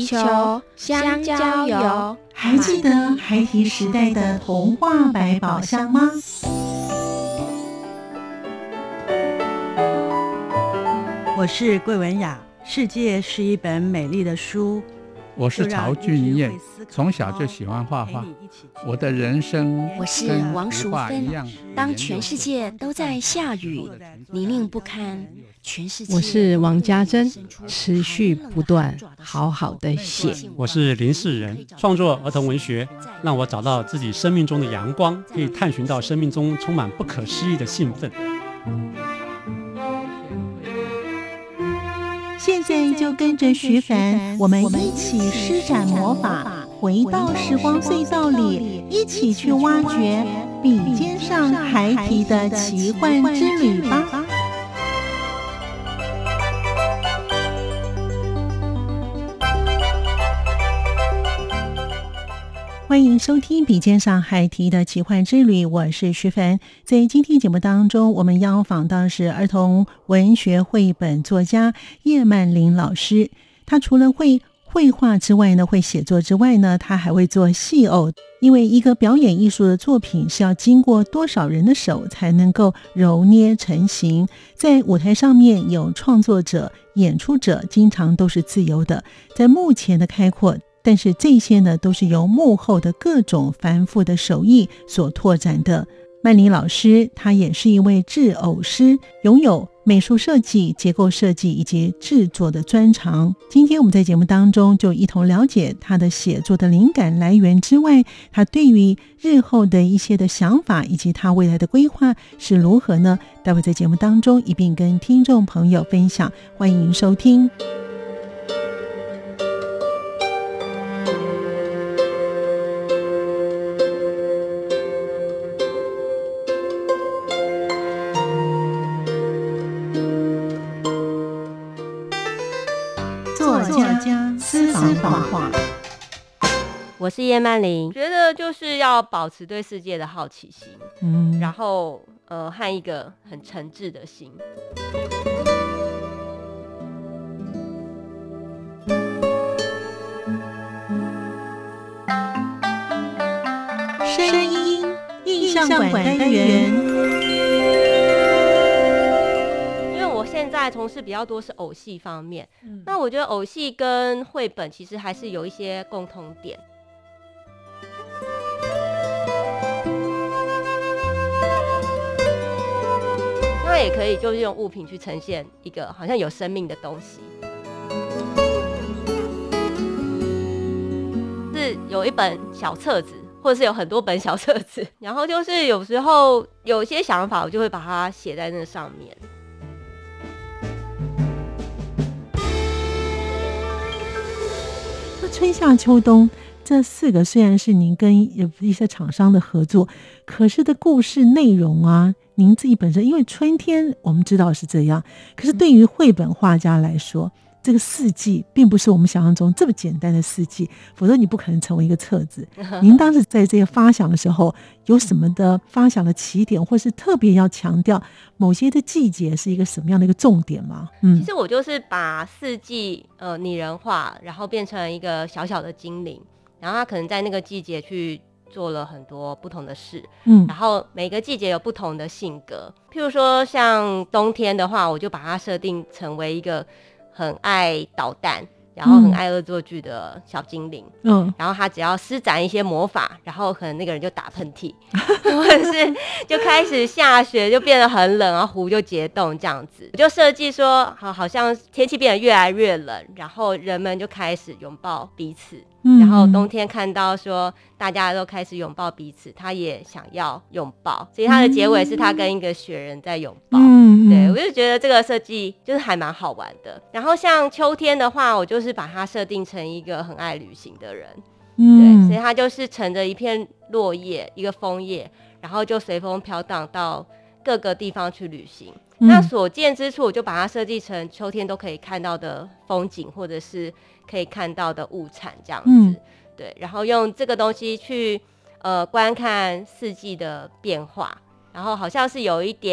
皮球、香蕉油。 还记得孩提时代的童话百宝箱吗？ 我是桂文雅，世界是一本美丽的书。 我是曹俊彦，从小就喜欢画画，我的人生我是王淑芬，当全世界都在下雨，泥泞不堪，全世界。 我是王家珍，持续不断好好的写。 我是林世仁，创作儿童文学，让我找到自己生命中的阳光，可以探寻到生命中充满不可思议的兴奋。 现在就跟着徐凡，我们一起施展魔法，回到时光隧道里，一起去挖掘笔尖上孩提的奇幻之旅吧。欢迎收听笔尖上孩提的奇幻之旅，我是徐凡。在今天节目当中，我们邀访到是儿童文学绘本作家叶曼玲老师。他除了会绘画之外呢，会写作之外呢，他还会做戏偶。因为一个表演艺术的作品是要经过多少人的手才能够揉捏成型，在舞台上面有创作者、演出者，经常都是自由的，在幕前的开阔，但是这些呢，都是由幕后的各种繁复的手艺所拓展的。曼玲老师，她也是一位制偶师，拥有美术设计、结构设计以及制作的专长。今天我们在节目当中就一同了解她的写作的灵感来源之外，她对于日后的一些的想法以及她未来的规划是如何呢？待会在节目当中一并跟听众朋友分享，欢迎收听。私房话， 我是叶曼玲，觉得就是要保持对世界的好奇心，然后和一个很诚挚的心。 声音印象馆单元。 现在从事比较多是偶戏方面，那我觉得偶戏跟绘本其实还是有一些共同点。那也可以就是用物品去呈现一个好像有生命的东西。是有一本小册子，或者是有很多本小册子，然后就是有时候有一些想法，我就会把它写在那上面。 春夏秋冬这4个虽然是您跟一些厂商的合作，可是的故事内容啊，您自己本身因为春天我们知道是这样，可是对于绘本画家来说，这个4季并不是我们想象中这么简单的4季，否则你不可能成为一个册子。您当时在这个发想的时候，有什么的发想的起点，或是特别要强调某些的季节是一个什么样的一个重点吗？ 其实我就是把4季拟人化，然后变成一个小小的精灵，然后他可能在那个季节去做了很多不同的事，然后每个季节有不同的性格。譬如说像冬天的话，我就把它设定成为一个很爱捣蛋，然后很爱恶作剧的小精灵，然后他只要施展一些魔法，然后可能那个人就打喷嚏，或者是就开始下雪，就变得很冷，然后湖就结冻这样子。我就设计说，好像天气变得越来越冷，然后人们就开始拥抱彼此，然后冬天看到说大家都开始拥抱彼此，他也想要拥抱，所以他的结尾是他跟一个雪人在拥抱。对，我就觉得这个设计就是还蛮好玩的。然后像秋天的话，我就是把它设定成一个很爱旅行的人，对，所以他就是乘着一片落叶，一个枫叶，然后就随风飘荡到各个地方去旅行。那所见之处，我就把它设计成秋天都可以看到的风景，或者是可以看到的物产这样子。对，然后用这个东西去观看4季的变化，然后好像是有一点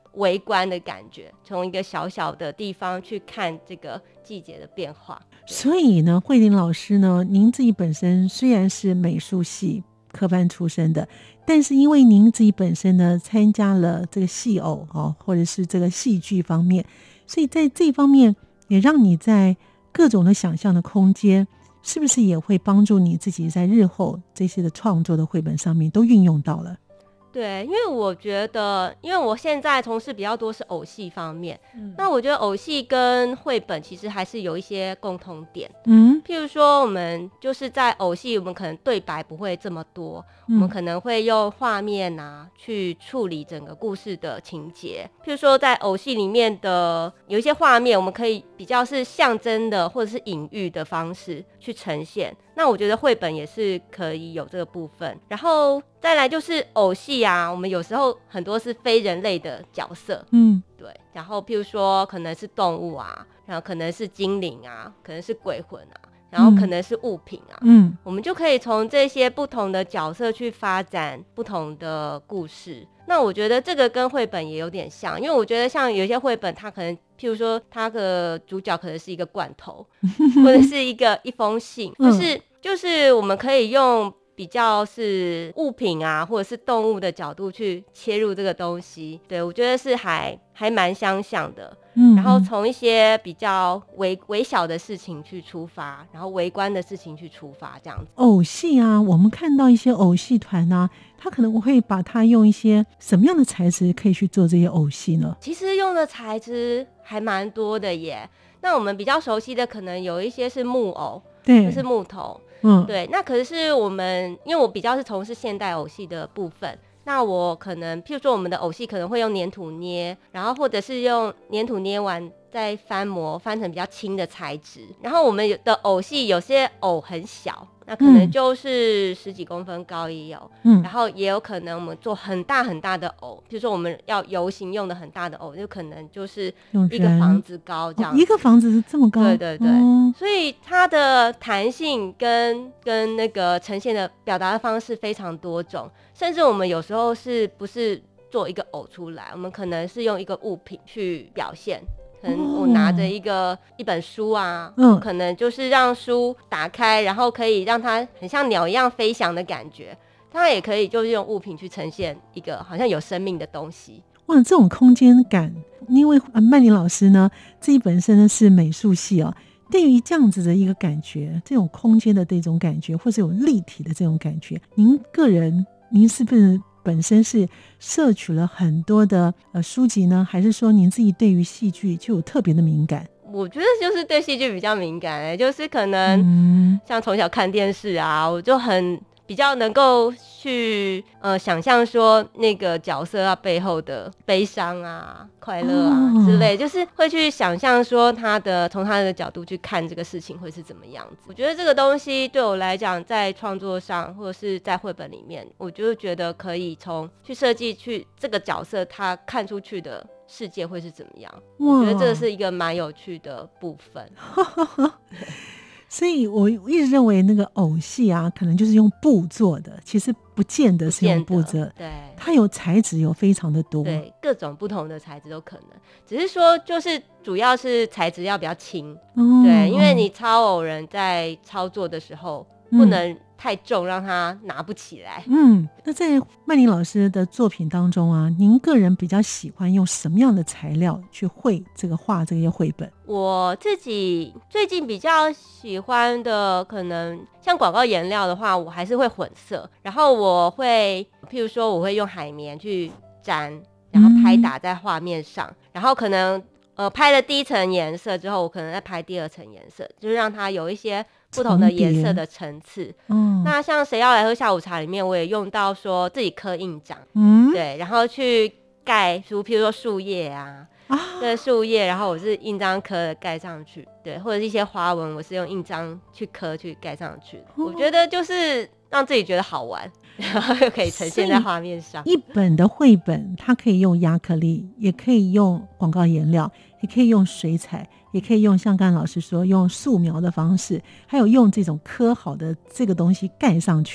微观的感觉，从一个小小的地方去看这个季节的变化。 所以呢，慧玲老师呢，您自己本身虽然是美术系科班出身的，但是因为您自己本身呢参加了这个戏偶或者是这个戏剧方面，所以在这方面也让你在各种的想象的空间，是不是也会帮助你自己在日后这些的创作的绘本上面都运用到了？ 对，因为我觉得，因为我现在从事比较多是偶戏方面，那我觉得偶戏跟绘本其实还是有一些共同点。譬如说我们就是在偶戏，我们可能对白不会这么多，我们可能会用画面去处理整个故事的情节。譬如说在偶戏里面的有一些画面，我们可以比较是象征的或者是隐喻的方式去呈现。那我觉得绘本也是可以有这个部分。然后再来就是偶戏我们有时候很多是非人类的角色，对，然后譬如说可能是动物然后可能是精灵可能是鬼魂然后可能是物品我们就可以从这些不同的角色去发展不同的故事。那我觉得这个跟绘本也有点像，因为我觉得像有一些绘本它可能譬如说它的主角可能是一个罐头或者是一封信，就是我们可以用比较是物品或者是动物的角度去切入这个东西。对，我觉得是还蛮相像的。然后从一些比较微小的事情去出发，然后微观的事情去出发，这样子。 偶戏我们看到一些偶戏团他可能会把它用一些什么样的材质可以去做这些偶戏呢？ 其实用的材质还蛮多的耶。那我们比较熟悉的可能有一些是木偶，对，就是木头。对，那可是我们因为我比较是从事现代偶戏的部分，那我可能譬如说我们的偶戏可能会用粘土捏，然后或者是用粘土捏完再翻模翻成比较轻的材质。然后我们的偶戏有些偶很小，那可能就是10几公分高也有，然后也有可能我们做很大很大的偶，比如说我们要游行用的很大的偶，就可能就是一个房子高这样一个房子是这么高？ 对对对，所以它的弹性跟那个呈现的表达的方式非常多种，甚至我们有时候是不是做一个偶出来，我们可能是用一个物品去表现。可能我拿着一本书可能就是让书打开，然后可以让它很像鸟一样飞翔的感觉。它也可以就是用物品去呈现一个好像有生命的东西。 哇，这种空间感，因为曼玲老师呢自己本身呢是美术系对于这样子的一个感觉，这种空间的这种感觉，或是有立体的这种感觉，您是不是本身是摄取了很多的书籍呢？还是说您自己对于戏剧就有特别的敏感？ 我觉得就是对戏剧比较敏感就是可能像从小看电视我就比较能够去想象说那个角色背后的悲伤快乐之类，就是会去想象说从他的角度去看这个事情会是怎么样子。我觉得这个东西对我来讲，在创作上或者是在绘本里面，我就觉得可以从去设计去这个角色他看出去的世界会是怎么样。我觉得这是一个蛮有趣的部分。 所以我一直认为那个偶戏可能就是用布做的，其实不见得是用布做， 对， 它有材质有非常的多， 对，各种不同的材质都可能，只是说就是主要是材质要比较轻，对，因为你超偶人在操作的时候不能太重，让他拿不起来。 那在曼玲老师的作品当中您个人比较喜欢用什么样的材料去画这些绘本？ 我自己最近比较喜欢的，可能像广告颜料的话，我还是会混色，然后我会譬如说我会用海绵去沾，然后拍打在画面上，然后可能拍了第一层颜色之后，我可能再拍第二层颜色，就是让它有一些不同的颜色的层次。那像谁要来喝下午茶里面，我也用到说自己刻印章，对，然后去盖书，譬如说树叶对，树叶，然后我是印章刻的盖上去，对，或者是一些花纹，我是用印章去刻去盖上去。我觉得就是让自己觉得好玩，然后又可以呈现在画面上。 一本的绘本，它可以用亚克力，也可以用广告颜料，也可以用水彩，也可以用像刚才老师说用素描的方式，还有用这种刻好的这个东西盖上去。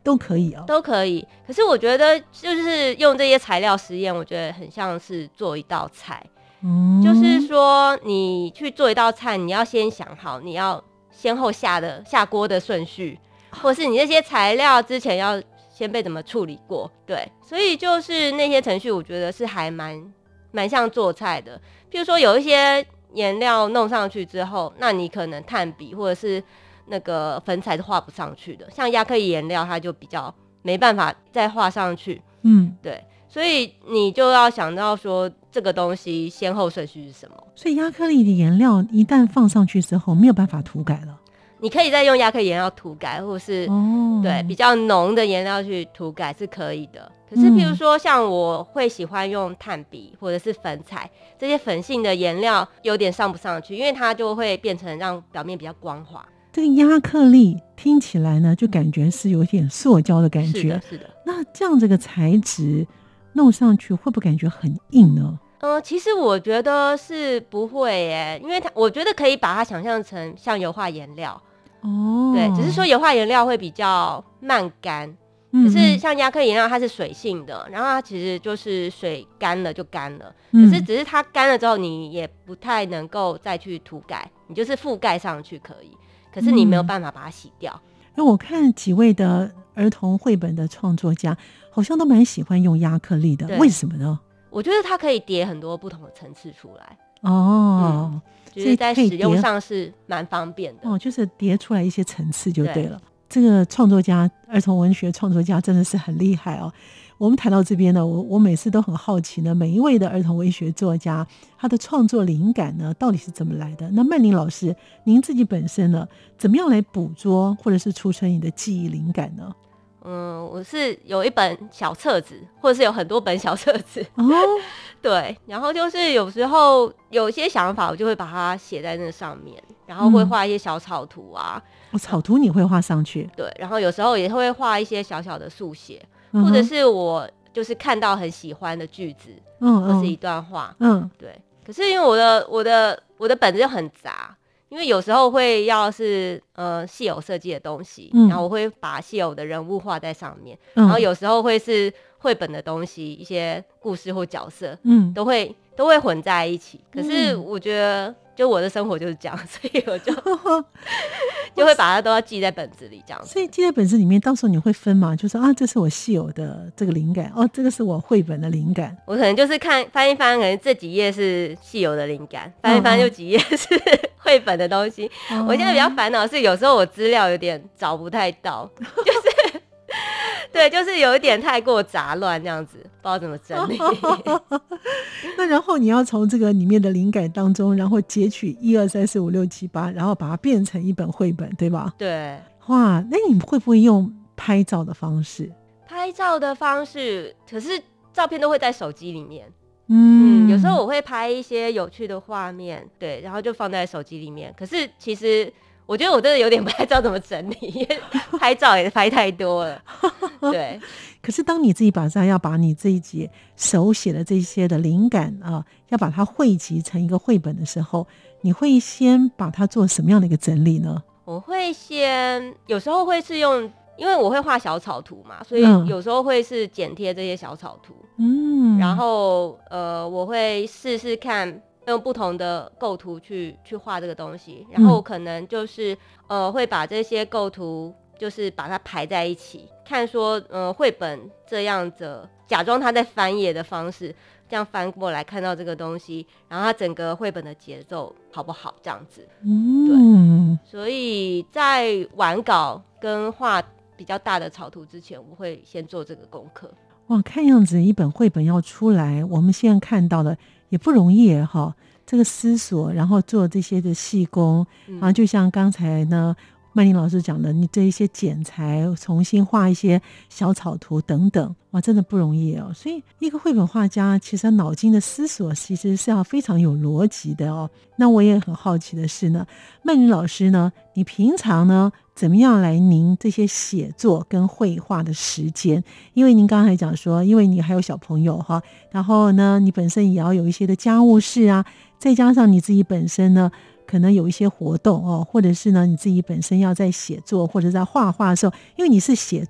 都可以哦， 都可以。可是我觉得就是用这些材料实验，我觉得很像是做一道菜。就是说你去做一道菜，你要先想好你要先后下锅的顺序，或是你这些材料之前要先被怎么处理过。对，所以就是那些程序我觉得是还蛮像做菜的。譬如说有一些颜料弄上去之后，那你可能炭笔或者是那个粉彩是画不上去的，像亚克力颜料它就比较没办法再画上去。对，所以你就要想到说这个东西先后顺序是什么。 所以亚克力的颜料一旦放上去之后没有办法涂改了， 你可以再用亚克力颜料涂改，或是对比较浓的颜料去涂改是可以的。可是譬如说像我会喜欢用炭笔或者是粉彩这些粉性的颜料，有点上不上去，因为它就会变成让表面比较光滑。 这个亚克力听起来呢就感觉是有点塑胶的感觉。 是的。那这样这个材质弄上去会不会感觉很硬呢？ 其实我觉得是不会耶，因为我觉得可以把它想象成像油画颜料。对，只是说油画颜料会比较慢干，可是像亚克力颜料它是水性的，然后它其实就是水干了就干了，可是只是它干了之后你也不太能够再去涂改，你就是覆盖上去可以，可是你没有办法把它洗掉。 因为我看几位的儿童绘本的创作家好像都蛮喜欢用亚克力的，为什么呢？ 我觉得它可以叠很多不同的层次出来。就是在使用上是蛮方便的。 就是叠出来一些层次就对了。这个创作家，儿童文学创作家真的是很厉害哦。我们谈到这边呢，我每次都很好奇呢，每一位的儿童文学作家他的创作灵感呢到底是怎么来的？那曼玲老师您自己本身呢怎么样来捕捉或者是储存你的记忆灵感呢？ 我是有一本小册子，或者是有很多本小册子。对，然后就是有时候有些想法我就会把它写在那上面，然后会画一些小草图啊。 草图你会画上去？ 对，然后有时候也会画一些小小的速写，或者是我就是看到很喜欢的句子，或是一段话。对。可是因为我的本子就很杂，因为有时候会要是戏偶设计的东西，然后我会把戏偶的人物画在上面，然后有时候会是绘本的东西，一些故事或角色，都会混在一起。可是我觉得就我的生活就是这样，所以我就会把它都要记在本子里这样子。 所以记在本子里面，到时候你会分嘛？就是这是我戏偶的这个灵感，这个是我绘本的灵感。 我可能就是翻一翻，可能这几页是戏偶的灵感，翻一翻就几页是绘本的东西。我现在比较烦恼是有时候我资料有点找不太到，就是对，就是有一点太过杂乱这样子，不知道怎么整理。 那然后你要从这个里面的灵感当中，然后截取1、2、3、4、5、6、7、8，然后把它变成一本绘本，对吧？ 对。 哇，那你会不会用拍照的方式？ 拍照的方式，可是照片都会在手机里面。有时候我会拍一些有趣的画面，对，然后就放在手机里面。可是其实我觉得我真的有点不太知道怎么整理，因为拍照也拍太多了。对。 可是当你自己要把你这一节手写的这些的灵感要把它汇集成一个绘本的时候，你会先把它做什么样的一个整理呢？ 我会有时候会是用，因为我会画小草图嘛，所以有时候会是剪贴这些小草图。然后我会试试看用不同的构图去画这个东西，然后可能就是会把这些构图就是把它排在一起，看说绘本这样子假装它在翻页的方式，这样翻过来看到这个东西，然后它整个绘本的节奏好不好这样子。对，所以在完稿跟画比较大的草图之前，我会先做这个功课。 哇，看样子一本绘本要出来，我们现在看到的也不容易哈。这个思索，然后做这些的细工，然后就像刚才呢曼玲老师讲的，你这一些剪裁，重新画一些小草图等等，哇，真的不容易哦。所以一个绘本画家其实脑筋的思索其实是要非常有逻辑的哦。那我也很好奇的是呢，曼玲老师呢，你平常呢怎么样来您这些写作跟绘画的时间？因为您刚才讲说，因为你还有小朋友哈，然后呢你本身也要有一些的家务事啊，再加上你自己本身呢可能有一些活动或者是呢你自己本身要在写作或者在画画的时候，因为你是写作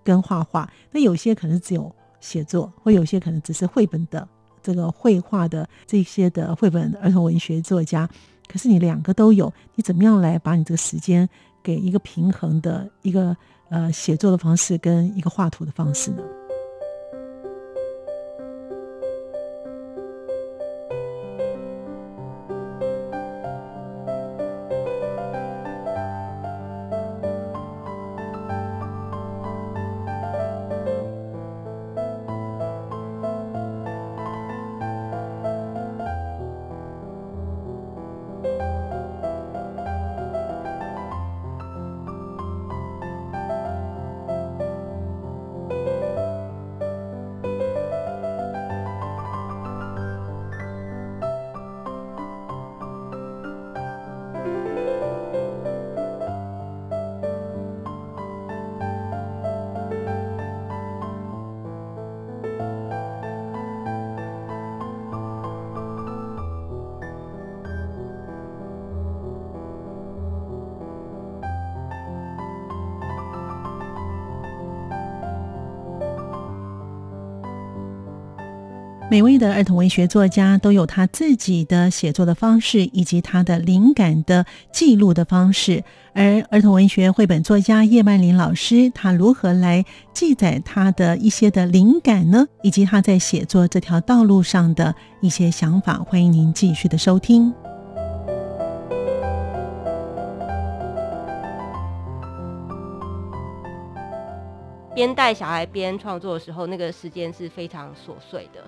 跟画画，那有些可能只有写作，或有些可能只是绘本的这个绘画的这些的绘本儿童文学作家，可是你两个都有，你怎么样来把你这个时间给一个平衡的一个写作的方式跟一个画图的方式呢？每位的儿童文学作家都有他自己的写作的方式，以及他的灵感的记录的方式。而儿童文学绘本作家叶曼玲老师，他如何来记载他的一些的灵感呢？以及他在写作这条道路上的一些想法，欢迎您继续的收听。 边带小孩边创作的时候，那个时间是非常琐碎的。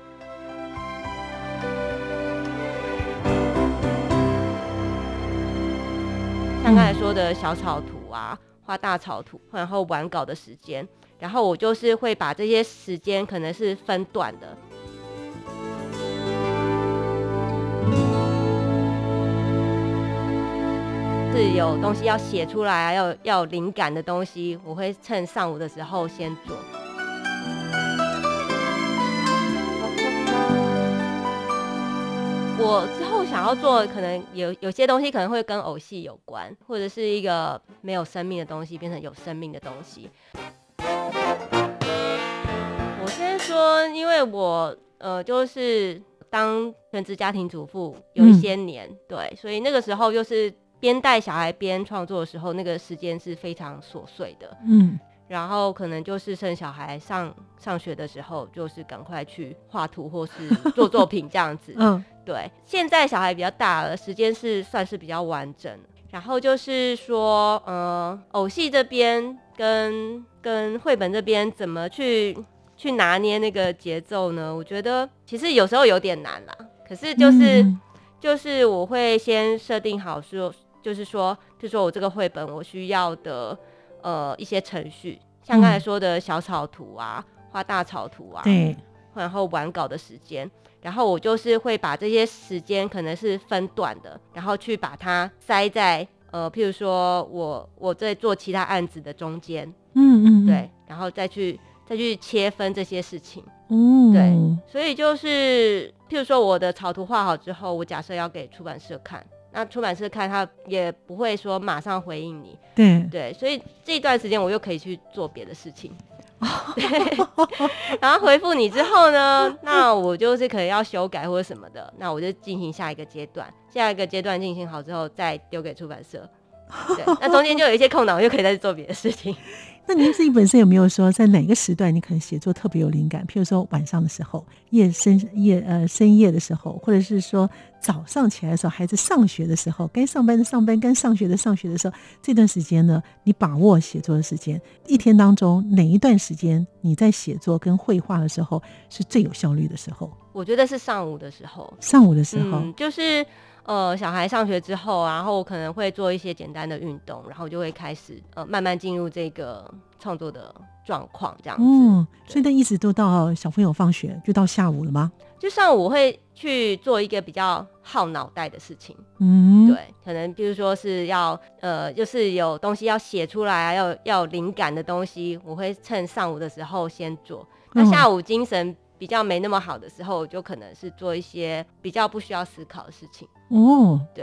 像刚才说的小草图啊，画大草图，然后完稿的时间，然后我就是会把这些时间可能是分段的。是有东西要写出来啊，要有灵感的东西，我会趁上午的时候先做。我之后想要做，可能有些东西可能会跟偶戏有关，或者是一个没有生命的东西变成有生命的东西。我先说，因为我就是当全职家庭主妇有一些年，对，所以那个时候就是边带小孩边创作的时候，那个时间是非常琐碎的。然后可能就是趁小孩上学的时候，就是赶快去画图或是做作品这样子。对。现在小孩比较大了，时间是算是比较完整。然后就是说，偶戏这边跟绘本这边怎么去拿捏那个节奏呢？我觉得其实有时候有点难啦。可是就是我会先设定好说，就是说，比如说我这个绘本我需要的一些程序，像刚才说的小草图啊，画大草图啊， 对， 然后完稿的时间，然后我就是会把这些时间可能是分段的，然后去把它塞在譬如说我在做其他案子的中间，对，然后再去切分这些事情，对，所以就是譬如说我的草图画好之后，我假设要给出版社看。那出版社看他也不会说马上回应你，对，所以这一段时间我又可以去做别的事情，对，然后回复你之后呢，那我就是可能要修改或者什么的，那我就进行下一个阶段进行好之后再丢给出版社，对，那中间就有一些空档，我就可以再做别的事情。 那您自己本身有没有说在哪个时段你可能写作特别有灵感？譬如说晚上的时候，深夜的时候，或者是说早上起来的时候，孩子上学的时候，该上班的上班，该上学的上学的时候，这段时间呢，你把握写作的时间，一天当中哪一段时间你在写作跟绘画的时候是最有效率的时候？ 我觉得是上午的时候。就是小孩上学之后，然后我可能会做一些简单的运动，然后就会开始慢慢进入这个创作的状况，这样子。 所以那一直都到小朋友放学，就到下午了吗？ 就上午我会去做一个比较耗脑袋的事情，对，可能比如说是要就是有东西要写出来啊，要有灵感的东西，我会趁上午的时候先做。那下午精神比较没那么好的时候，我就可能是做一些比较不需要思考的事情。 对。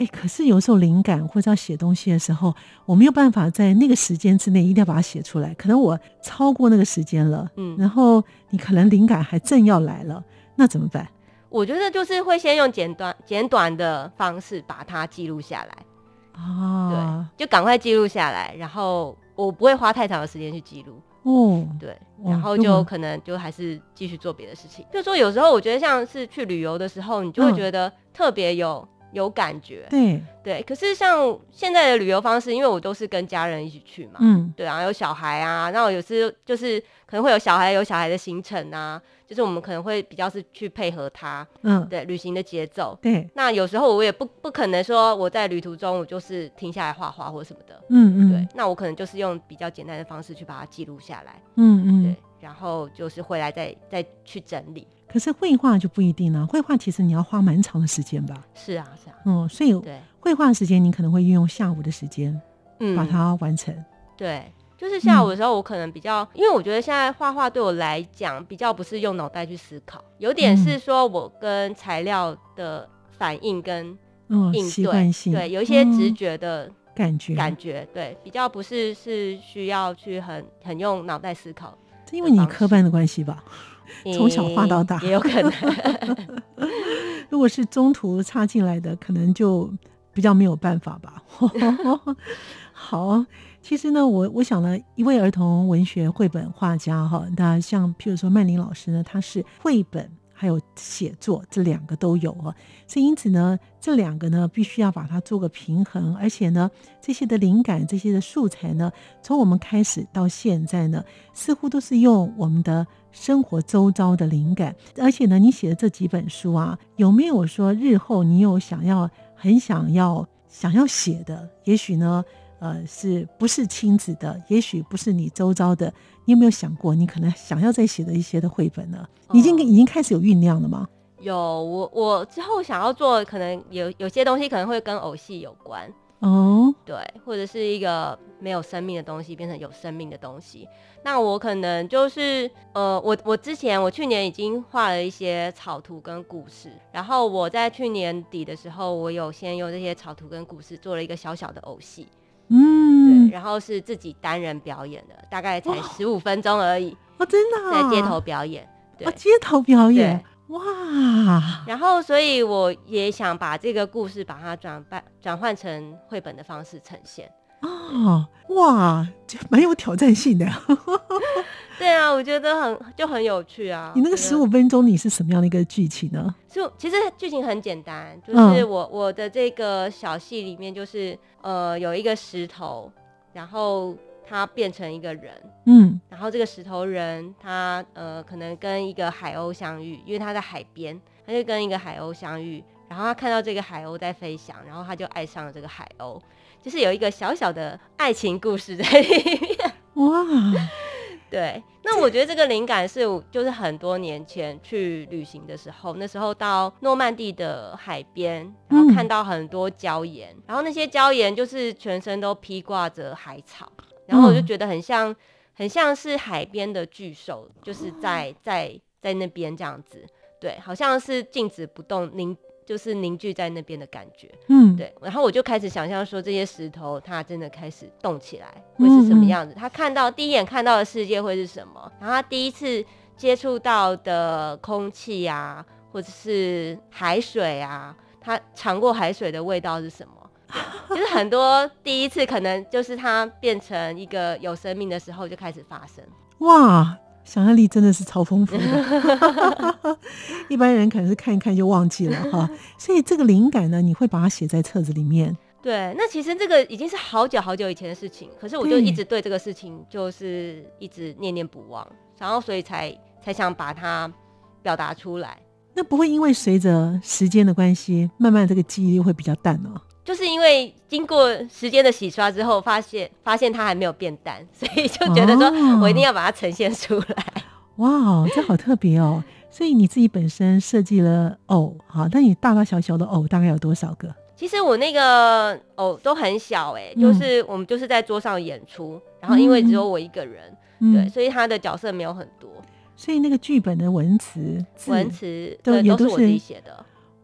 可是有时候灵感或者要写东西的时候，我没有办法在那个时间之内一定要把它写出来，可能我超过那个时间了，然后你可能灵感还正要来了，那怎么办？ 我觉得就是会先用简短的方式把它记录下来。对，就赶快记录下来，然后我不会花太长的时间去记录。对，然后就可能就还是继续做别的事情。就是说有时候我觉得像是去旅游的时候，你就会觉得特别有感觉。对，可是像现在的旅游方式，因为我都是跟家人一起去嘛，对啊，有小孩啊，那我有时就是可能会有小孩的行程啊，就是我们可能会比较是去配合他，对，旅行的节奏。 对， 那有时候我也不可能说我在旅途中我就是停下来画画或什么的，对，那我可能就是用比较简单的方式去把它记录下来，对，然后就是回来再去整理。 可是绘画就不一定了，绘画其实你要花蛮长的时间吧？ 是啊， 所以绘画的时间你可能会运用下午的时间，把它完成。 对，就是下午的时候我可能比较，因为我觉得现在画画对我来讲比较不是用脑袋去思考，有点是说我跟材料的反应跟应习惯性， 对，有一些直觉的感觉， 对，比较不是需要去很用脑袋思考。 这因为你科班的关系吧？从小画到大， 也有可能。 如果是中途插进来的，可能就比较没有办法吧。好，其实呢，我想呢，一位儿童文学绘本画家哈，那像譬如说曼玲老师呢，他是绘本还有写作这两个都有啊，所以因此呢，这两个呢必须要把它做个平衡，而且呢，这些的灵感、这些的素材呢，从我们开始到现在呢，似乎都是用我们的生活周遭的灵感。而且呢，你写的这几本书啊，有没有说日后你有很想要写的？也许呢，是不是亲子的？也许不是你周遭的。你有没有想过，你可能想要再写的一些的绘本呢？你已经开始有酝酿了吗？ 有，我之后想要做，可能有些东西可能会跟偶戏有关。对，或者是一个没有生命的东西变成有生命的东西。那我可能就是我去年已经画了一些草图跟故事，然后我在去年底的时候，我有先用这些草图跟故事做了一个小小的偶戏。对，然后是自己单人表演的，大概才15分钟而已。 真的在街头表演。对， 街头表演。哇！ 然后，所以我也想把这个故事把它转换成绘本的方式呈现。 哇，这蛮有挑战性的。 对啊，我觉得很有趣啊。 你那个15分钟，你是什么样的一个剧情呢？ 其实剧情很简单，就是我的这个小戏里面，就是有一个石头，然后他变成一个人，然后这个石头人他可能跟一个海鸥相遇，因为他在海边，他就跟一个海鸥相遇，然后他看到这个海鸥在飞翔，然后他就爱上了这个海鸥，就是有一个小小的爱情故事在里面。 哇！ 对，那我觉得这个灵感是就是很多年前去旅行的时候，那时候到诺曼底的海边，然后看到很多礁岩，然后那些礁岩就是全身都披挂着海草，然后我就觉得很像是海边的巨兽，就是在那边这样子，对，好像是静止不动，就是凝聚在那边的感觉。对，然后我就开始想象说，这些石头它真的开始动起来会是什么样子，他第一眼看到的世界会是什么，然后他第一次接触到的空气啊，或者是海水啊，他尝过海水的味道是什么，就是很多第一次可能就是它变成一个有生命的时候就开始发生。 哇，想象力真的是超丰富的。一般人可能是看一看就忘记了哈，所以这个灵感呢，你会把它写在册子里面。 对，那其实这个已经是好久好久以前的事情，可是我就一直对这个事情就是一直念念不忘，然后所以才想把它表达出来。 那不会因为随着时间的关系，慢慢这个记忆力会比较淡哦？ 就是因为经过时间的洗刷之后，发现它还没有变淡，所以就觉得说我一定要把它呈现出来。 哇，这好特别哦！所以你自己本身设计了偶，好，那你大大小小的偶大概有多少个？ 其实我那个偶都很小就是我们就是在桌上演出，然后因为只有我一个人，对，所以他的角色没有很多。 所以那个剧本的文词对都是我自己写的。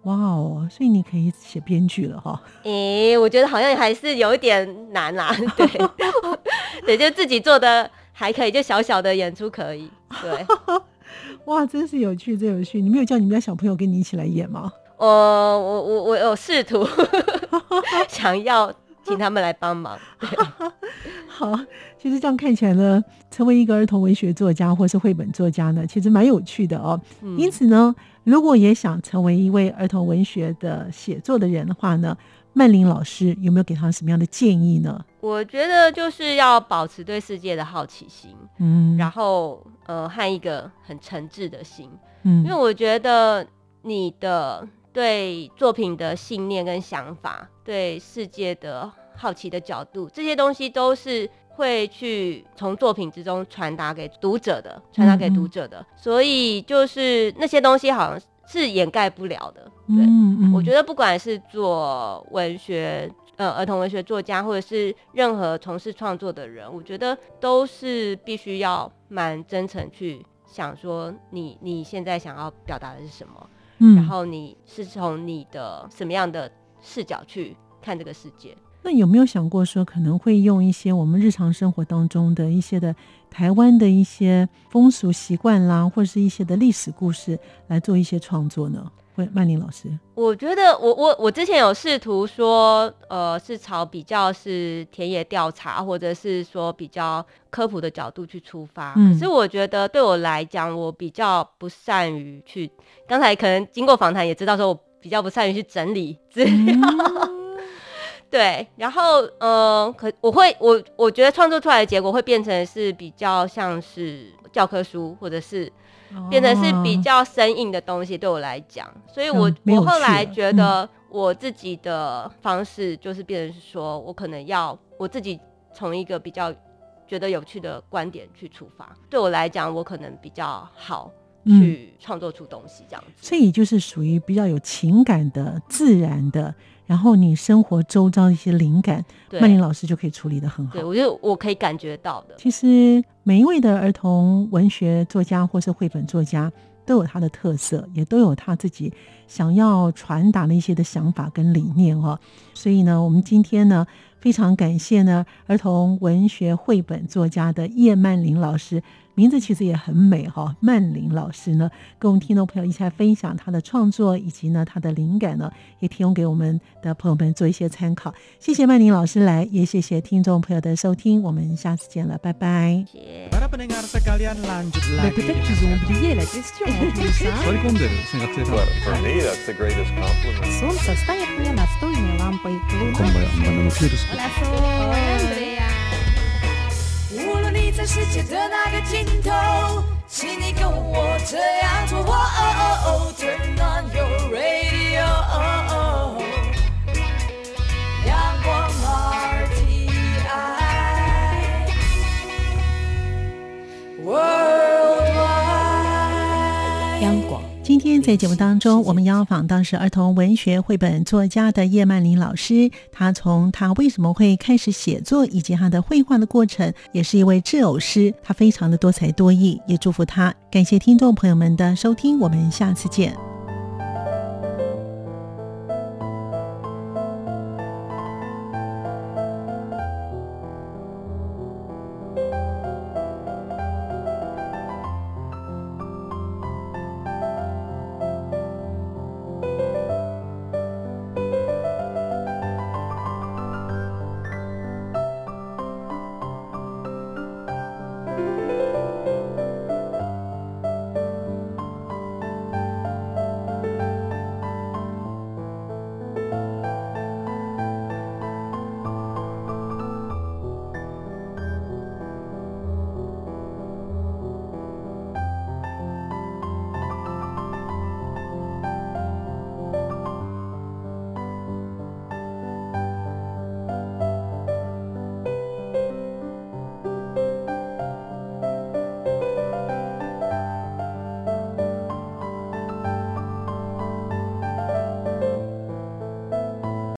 哇哦，所以你可以写编剧了哈。 我觉得好像还是有一点难啦。对，对，就自己做的还可以，就小小的演出可以。对， 哇，真是有趣，真有趣。你没有叫你们家小朋友跟你一起来演吗？ 我有试图想要请他们来帮忙。对， 好，其实这样看起来呢，成为一个儿童文学作家或是绘本作家呢，其实蛮有趣的哦。因此呢，如果也想成为一位儿童文学的写作的人的话呢，曼玲老师有没有给他什么样的建议呢？ 我觉得就是要保持对世界的好奇心，然后和一个很诚挚的心，因为我觉得你的对作品的信念跟想法，对世界的好奇的角度，这些东西都是会去从作品之中传达给读者的，所以就是那些东西好像是掩盖不了的。对，我觉得不管是做文学儿童文学作家，或者是任何从事创作的人，我觉得都是必须要蛮真诚去想说你现在想要表达的是什么，然后你是从你的什么样的视角去看这个世界。 那有没有想过说可能会用一些我们日常生活当中的一些的台湾的一些风俗习惯啦，或者是一些的历史故事来做一些创作呢？曼玲老师， 我觉得我之前有试图说是朝比较是田野调查或者是说比较科普的角度去出发，可是我觉得对我来讲我比较不善于去，刚才可能经过访谈也知道说我比较不善于去整理资料对，然后我觉得创作出来的结果会变成是比较像是教科书，或者是变成是比较生硬的东西对我来讲，所以我后来觉得我自己的方式就是变成是说我可能要我自己从一个比较觉得有趣的观点去出发，对我来讲我可能比较好去创作出东西这样子， 所以就是属于比较有情感的自然的，然后你生活周遭的一些灵感，曼玲老师就可以处理得很好。 对，我觉得我可以感觉到的。 其实每一位的儿童文学作家或是绘本作家都有他的特色，也都有他自己想要传达的一些的想法跟理念哦。所以呢，我们今天呢非常感谢呢儿童文学绘本作家的叶曼玲老师，名字其实也很美哈，曼玲老师呢跟我们听众朋友一起来分享他的创作以及呢他的灵感呢，也提供给我们的朋友们做一些参考。谢谢曼玲老师来，也谢谢听众朋友的收听，我们下次见了，拜拜。 Para pendengar sekalian lanjut lagi. Peut-être qu'ils ont oublié la question en plus. 割り込んでる学生さん。 For me, that's the greatest compliment. Солнце станет мне настольной лампой. こんばんは、バナナのフィルス。 无论你在世界的哪个尽头，请你跟我这样做。Turn on your radio， 阳光 RTI Worldwide。 央广。今天在节目当中，我们邀访到是儿童文学绘本作家的叶曼玲老师。他从他为什么会开始写作，以及他的绘画的过程，也是一位制偶师，他非常的多才多艺，也祝福他。感谢听众朋友们的收听，我们下次见。